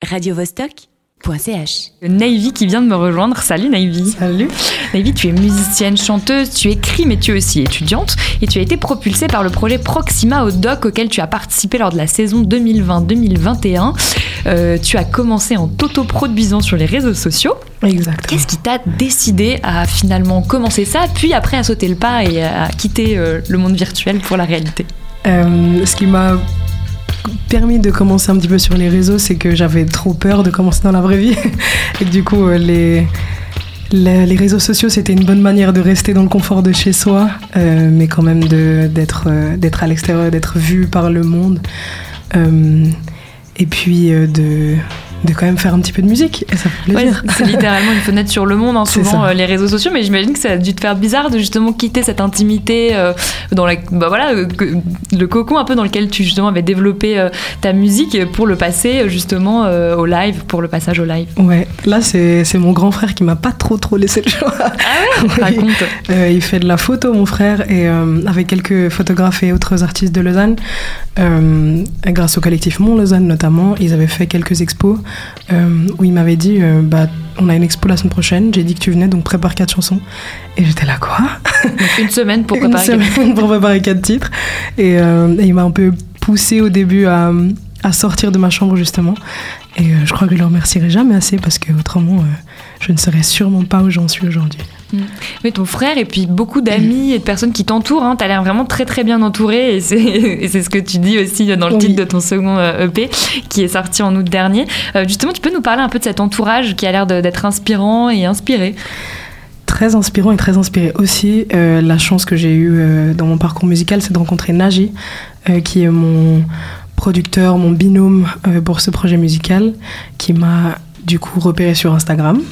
radiovostok.ch. Navy qui vient de me rejoindre. Salut Navy. Salut. Navy, tu es musicienne, chanteuse, tu écris mais tu es aussi étudiante et tu as été propulsée par le projet Proxima au Doc auquel tu as participé lors de la saison 2020-2021. Tu as commencé en t'auto-produisant sur les réseaux sociaux. Exactement. Qu'est-ce qui t'a décidé à finalement commencer ça, puis après à sauter le pas et à quitter le monde virtuel pour la réalité? Ce qui m'a permis de commencer un petit peu sur les réseaux, c'est que j'avais trop peur de commencer dans la vraie vie. Et du coup, les réseaux sociaux, c'était une bonne manière de rester dans le confort de chez soi, mais quand même d'être à l'extérieur, d'être vu par le monde. Et puis de quand même faire un petit peu de musique, et ça fait plaisir. Ouais, c'est littéralement une fenêtre sur le monde, hein, souvent les réseaux sociaux, mais j'imagine que ça a dû te faire bizarre de justement quitter cette intimité dans le cocon un peu dans lequel tu justement avais développé ta musique pour le passer justement au live, pour le passage au live. Ouais, là c'est mon grand frère qui m'a pas trop laissé le choix. Ah ouais, raconte. Il fait de la photo, mon frère, et avec quelques photographes et autres artistes de Lausanne, grâce au collectif Mont Lausanne notamment, ils avaient fait quelques expos où il m'avait dit on a une expo la semaine prochaine, j'ai dit que tu venais, donc prépare 4 chansons. Et j'étais là, quoi? Donc une semaine pour préparer 4 titres. Et il m'a un peu poussé au début à sortir de ma chambre, justement. Et je crois que je le remercierai jamais assez, parce que autrement je ne serais sûrement pas où j'en suis aujourd'hui. Mais ton frère et puis beaucoup d'amis et de personnes qui t'entourent, hein, t'as l'air vraiment très très bien entouré, et c'est ce que tu dis aussi dans le titre de ton second EP qui est sorti en août dernier. Justement, tu peux nous parler un peu de cet entourage qui a l'air d'être inspirant et inspiré? Très inspirant et très inspiré aussi. La chance que j'ai eue dans mon parcours musical, c'est de rencontrer Naji, qui est mon producteur, mon binôme pour ce projet musical, qui m'a du coup repéré sur Instagram.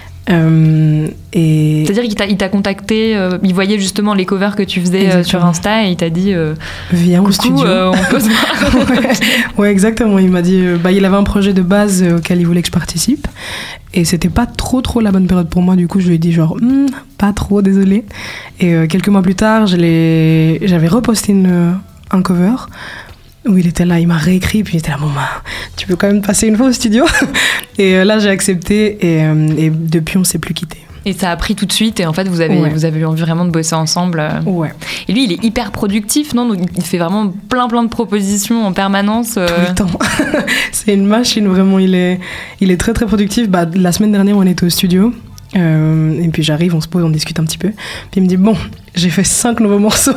C'est-à-dire qu'il t'a contacté, il voyait justement les covers que tu faisais sur Insta et il t'a dit viens au studio, on peut se voir. ouais, exactement. Il m'a dit il avait un projet de base auquel il voulait que je participe, et c'était pas trop la bonne période pour moi. Du coup je lui ai dit pas trop, désolé. Et quelques mois plus tard j'avais reposté un cover où il était là, il m'a réécrit, puis il était là, tu peux quand même passer une fois au studio. Et là, j'ai accepté, et depuis, on ne s'est plus quittés. Et ça a pris tout de suite, et en fait, vous avez eu envie vraiment de bosser ensemble. Ouais. Et lui, il est hyper productif, non? Donc, il fait vraiment plein de propositions en permanence. Tout le temps. C'est une machine, vraiment. Il est très productif. La semaine dernière, on était au studio. Et puis j'arrive, on se pose, on discute un petit peu. Puis il me dit j'ai fait 5 nouveaux morceaux.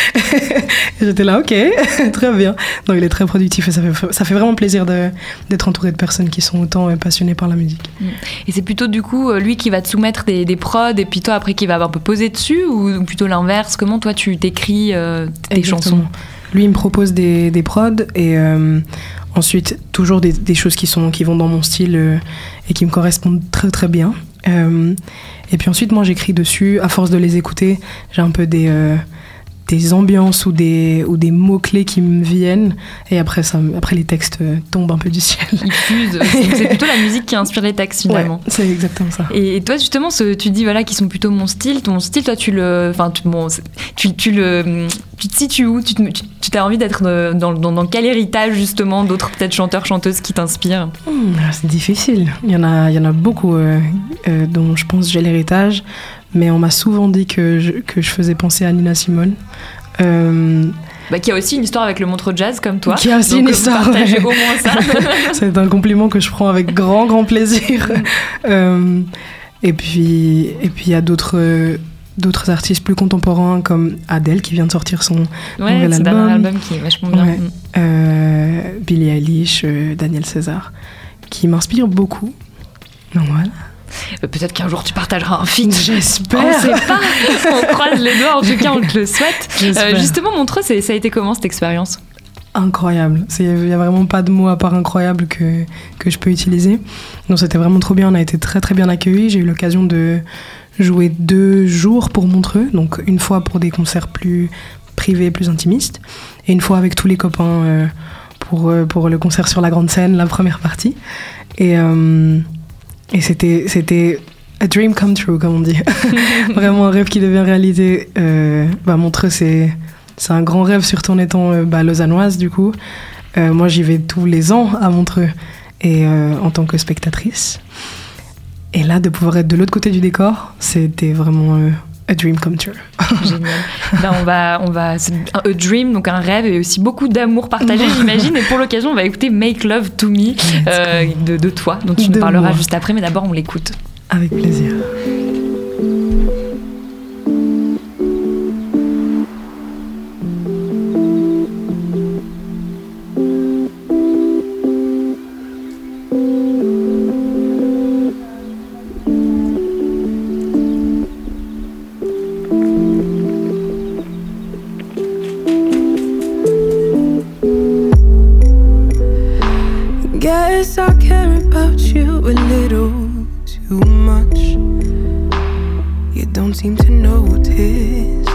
Et j'étais là, ok, très bien. Donc il est très productif, et ça fait vraiment plaisir d'être entouré de personnes qui sont autant passionnées par la musique. Et c'est plutôt du coup lui qui va te soumettre des prods, et puis toi après qui va un peu poser dessus, ou plutôt l'inverse? Comment toi tu t'écris tes chansons? Lui il me propose des prods, et ensuite toujours des choses qui vont dans mon style et qui me correspondent très bien. Et puis ensuite moi j'écris dessus, à force de les écouter, j'ai un peu des ambiances ou des mots-clés qui me viennent, et après les textes tombent un peu du ciel. Ils fusent. C'est plutôt la musique qui inspire les textes finalement. Ouais, c'est exactement ça. Et toi justement, tu dis qu'ils sont plutôt mon style. Ton style, toi tu te situes où? Tu as envie d'être dans quel héritage justement d'autres peut-être chanteurs, chanteuses qui t'inspirent? C'est difficile. Il y en a beaucoup dont je pense j'ai l'héritage. Mais on m'a souvent dit que je faisais penser à Nina Simone. Qui a aussi une histoire avec le Montreux Jazz comme toi. Qui a aussi une histoire. Partagez au moins ça. C'est un compliment que je prends avec grand plaisir. Et puis il y a d'autres artistes plus contemporains comme Adele qui vient de sortir son nouvel album. C'est un album qui est vachement bien. Ouais. Billie Eilish, Daniel César, qui m'inspirent beaucoup. Donc voilà. Peut-être qu'un jour tu partageras un feat. J'espère. On sait pas. On croise les doigts, en tout cas on te le souhaite. Justement, Montreux, ça a été comment cette expérience? Incroyable. Il n'y a vraiment pas de mots à part incroyable que je peux utiliser. Donc c'était vraiment trop bien, on a été très bien accueillis. J'ai eu l'occasion de jouer 2 jours pour Montreux, donc une fois pour des concerts plus privés, plus intimistes, et une fois avec tous les copains pour le concert sur la grande scène, la première partie. Et c'était a dream come true, comme on dit. Vraiment un rêve qui devient réalité. Montreux, c'est un grand rêve, surtout en étant lausannoise, du coup. Moi, j'y vais tous les ans à Montreux. et en tant que spectatrice. Et là, de pouvoir être de l'autre côté du décor, c'était vraiment a dream come true. Génial. Ben on va, c'est a dream, donc un rêve et aussi beaucoup d'amour partagé, j'imagine. Et pour l'occasion, on va écouter Make Love to Me de toi, dont tu nous parleras juste après. Mais d'abord, on l'écoute. Avec plaisir. Guess I care about you a little too much. You don't seem to notice.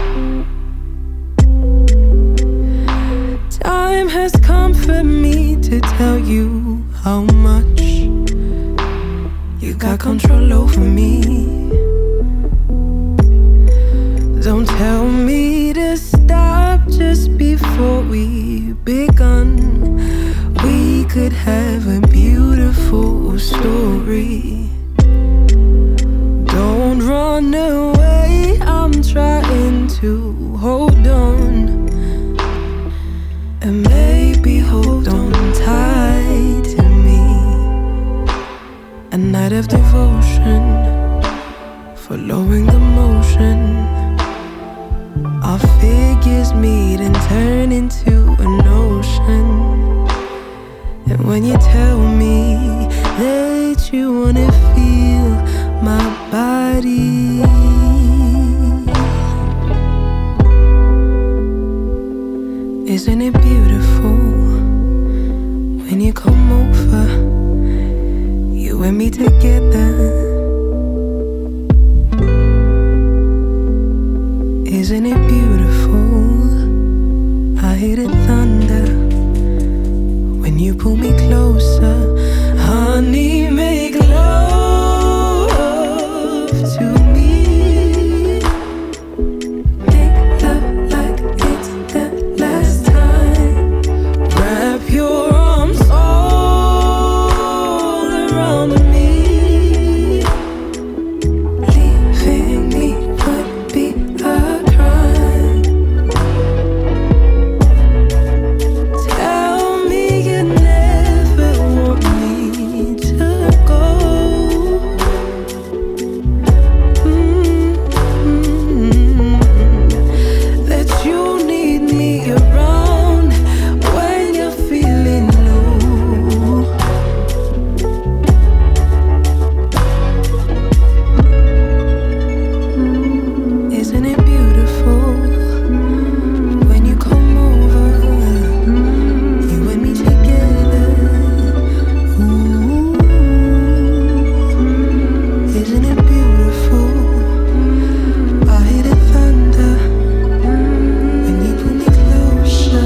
Time has come for me to tell you how much you got control over me. Don't tell me to stop just before we begun. We could have a beautiful story. Don't run away, I'm trying to hold on. And maybe hold on tight to me. A night of devotion, following the motion. Our figures meet and turn into an ocean. And when you tell me that you wanna feel my body, isn't it beautiful when you come over, you and me together? Isn't it beautiful? I hear the thunder when you pull me closer. Honey, make love to me. Make love like it's the last time. Wrap your arms all around me. Leaving me would be a crime. Tell me you never want me to go. That you need me around when you're feeling low. Isn't it beautiful when you come over, you and me together? Ooh, isn't it beautiful? I hear the thunder when you pull me closer.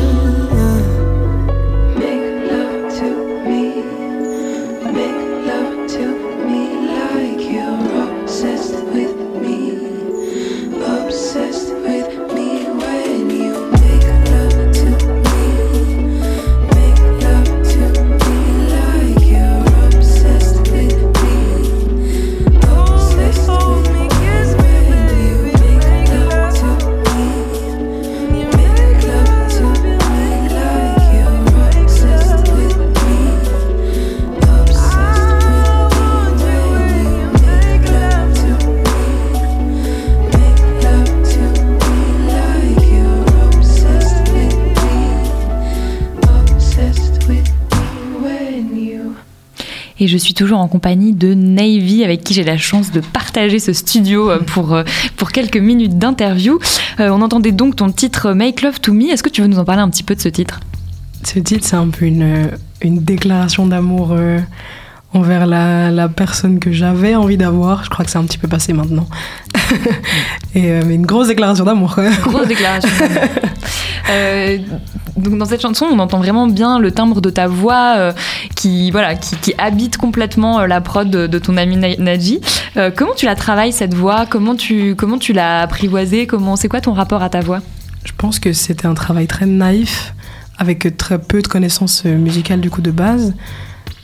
Make love to me, make love to me like you're obsessed with me. Obsessed with me when you make love to me. Make love to me like you're obsessed with me. Obsessed with me when you make love to me. You make love to me like you're obsessed with me. Obsessed with me when you make love to me. Make love to me like you're obsessed with me. Obsessed with me when you. Et je suis toujours en compagnie de Navy, avec qui j'ai la chance de partager ce studio pour quelques minutes d'interview. On entendait donc ton titre Make Love to Me. Est-ce que tu veux nous en parler un petit peu de ce titre ? Ce titre, c'est un peu une déclaration d'amour envers la personne que j'avais envie d'avoir. Je crois que c'est un petit peu passé maintenant. Mais une grosse déclaration d'amour, quoi. Grosse déclaration d'amour. Donc dans cette chanson, on entend vraiment bien le timbre de ta voix qui habite complètement la prod de ton ami Nadji. Comment tu la travailles, cette voix ? Comment tu l'as apprivoisée ? C'est quoi ton rapport à ta voix ? Je pense que c'était un travail très naïf, avec très peu de connaissances musicales du coup de base.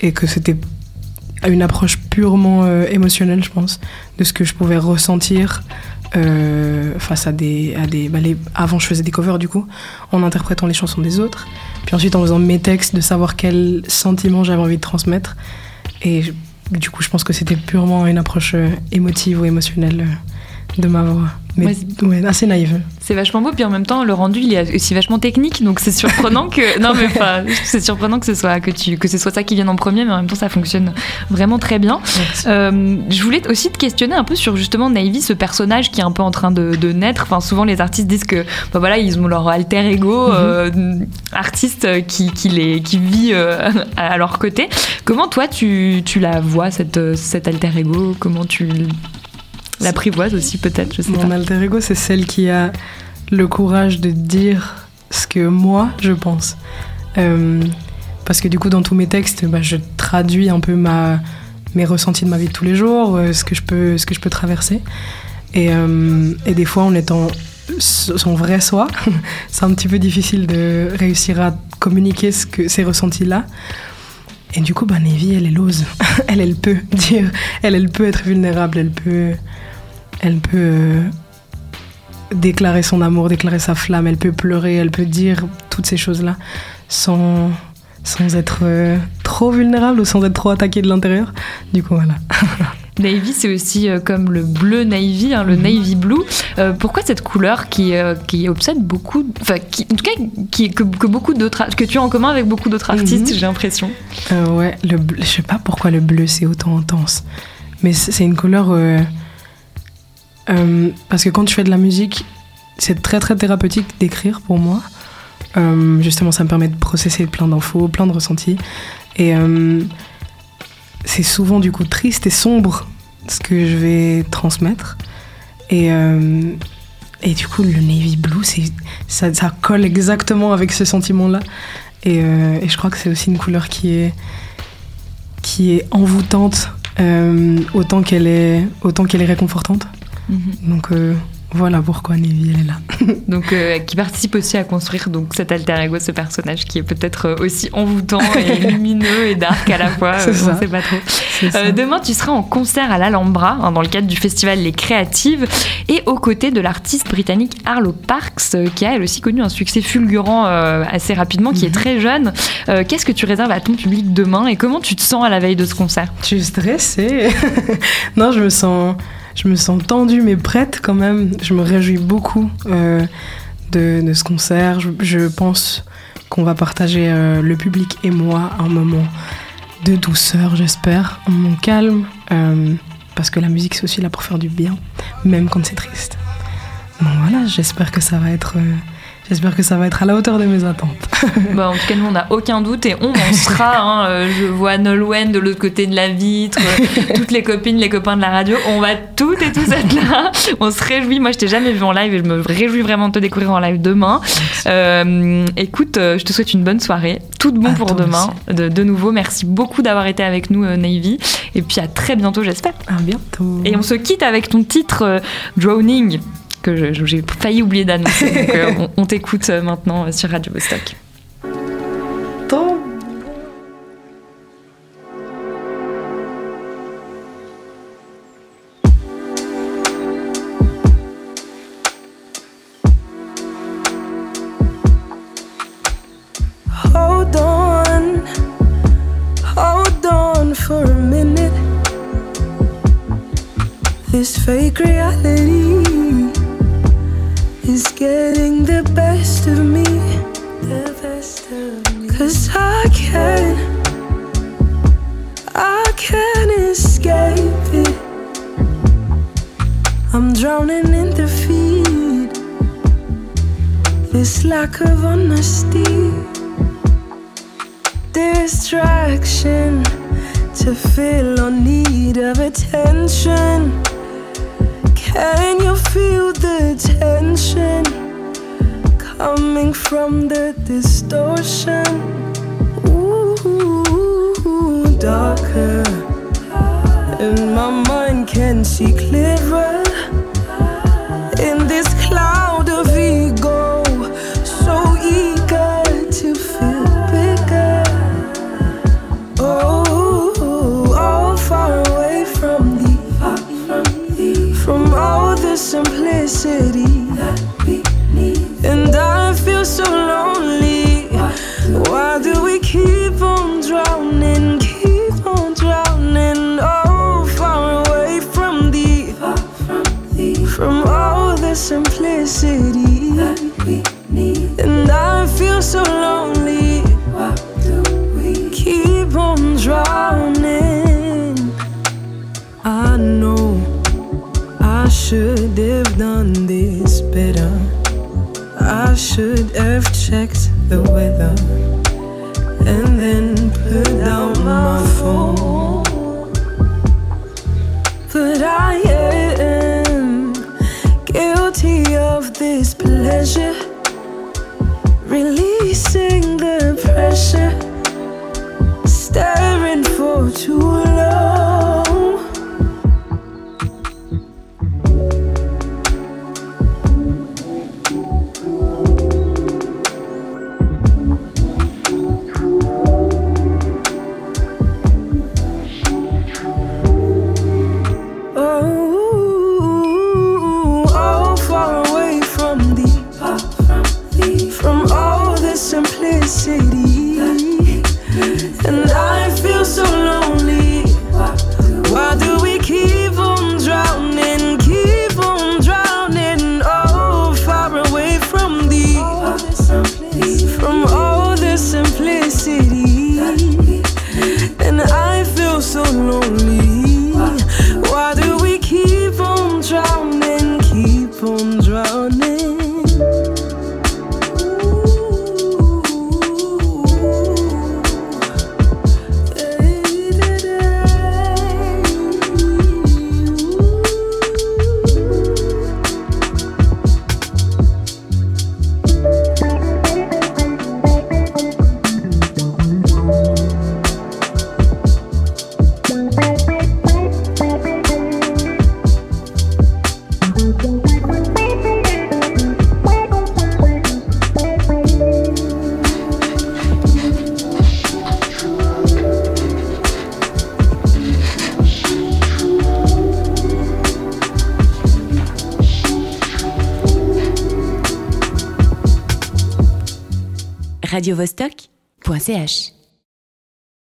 et que c'était une approche purement émotionnelle, je pense, de ce que je pouvais ressentir face à des avant je faisais des covers du coup, en interprétant les chansons des autres, puis ensuite en faisant mes textes, de savoir quels sentiments j'avais envie de transmettre, et du coup je pense que c'était purement une approche émotive ou émotionnelle de ma voix, mais ouais, assez naïve. C'est vachement beau, puis en même temps le rendu il est aussi vachement technique, donc c'est surprenant que non mais enfin c'est surprenant que ce soit ça qui vienne en premier, mais en même temps ça fonctionne vraiment très bien. Je voulais aussi te questionner un peu sur justement Navy, ce personnage qui est un peu en train de naître. Enfin souvent les artistes disent que voilà ils ont leur alter ego artiste qui vit à leur côté. Comment toi tu la vois cet alter ego, comment tu l'apprivoise aussi peut-être, je sais pas. Mon alter ego, c'est celle qui a le courage de dire ce que moi je pense. Parce que du coup dans tous mes textes, je traduis un peu mes ressentis de ma vie de tous les jours, ce que je peux traverser. Et des fois en étant son vrai soi, c'est un petit peu difficile de réussir à communiquer ces ressentis-là. Et du coup, Navy, elle ose. Elle peut dire, elle peut être vulnérable, elle peut déclarer son amour, déclarer sa flamme, elle peut pleurer, elle peut dire toutes ces choses-là sans être trop vulnérable ou sans être trop attaquée de l'intérieur. Du coup, voilà. Navy, c'est aussi comme le bleu navy, le navy blue. Pourquoi cette couleur qui obsède beaucoup, enfin, en tout cas, que beaucoup d'autres, que tu as en commun avec beaucoup d'autres artistes, j'ai l'impression. Ouais, le bleu, je sais pas pourquoi le bleu c'est autant intense, mais c'est une couleur. Parce que quand tu fais de la musique, c'est très très thérapeutique d'écrire pour moi. Justement, ça me permet de processer plein d'infos, plein de ressentis. Et c'est souvent du coup triste et sombre ce que je vais transmettre. Et du coup, le navy blue, ça colle exactement avec ce sentiment-là. Et je crois que c'est aussi une couleur qui est envoûtante autant qu'elle est réconfortante. Donc voilà pourquoi Navy elle est là. Donc qui participe aussi à construire donc cet alter ego, ce personnage qui est peut-être aussi envoûtant et lumineux et dark à la fois. On ne sait pas trop. Demain tu seras en concert à l'Alhambra dans le cadre du festival Les Créatives et aux côtés de l'artiste britannique Arlo Parks qui a elle aussi connu un succès fulgurant assez rapidement, qui est très jeune. Qu'est-ce que tu réserves à ton public demain et comment tu te sens à la veille de ce concert? Je suis stressée. Non, je me sens tendue mais prête quand même. Je me réjouis beaucoup de ce concert. Je pense qu'on va partager, le public et moi, un moment de douceur, j'espère, un moment calme, parce que la musique c'est aussi là pour faire du bien, même quand c'est triste. Donc voilà, j'espère que ça va être à la hauteur de mes attentes. En tout cas, nous, on n'a aucun doute et on en sera. Je vois Nolwenn de l'autre côté de la vitre, toutes les copines, les copains de la radio. On va toutes et tous être là. On se réjouit. Moi, je t'ai jamais vu en live et je me réjouis vraiment de te découvrir en live demain. Écoute, je te souhaite une bonne soirée. Tout de bon pour demain. De nouveau, merci beaucoup d'avoir été avec nous, Navy. Et puis à très bientôt, j'espère. À bientôt. Et on se quitte avec ton titre Drowning, que j'ai failli oublier d'annoncer. Donc on t'écoute maintenant sur Radio Vostok. Hold on for a minute. This fake reality is getting the best of me, the best of me. 'Cause I can't escape it. I'm drowning in the feed, this lack of honesty, distraction to fill our need of attention. Can you feel the tension coming from the distortion? Ooh, darker, and my mind can see clearer in this cloud of ego, so eager to feel bigger. Oh, simplicity and I feel so lonely. Why do we keep on drowning, oh, far away from from all the simplicity and I feel so lonely. Why do we keep on drowning? I know I should have done this better. I should have checked the weather and then put down my phone. But I am guilty of this pleasure, releasing the pressure, staring for too long. Simplicity and I feel so lonely. Why do we keep on drowning, oh, far away from from all the simplicity and I feel so lonely. Why do we keep on drowning, radiovostok.ch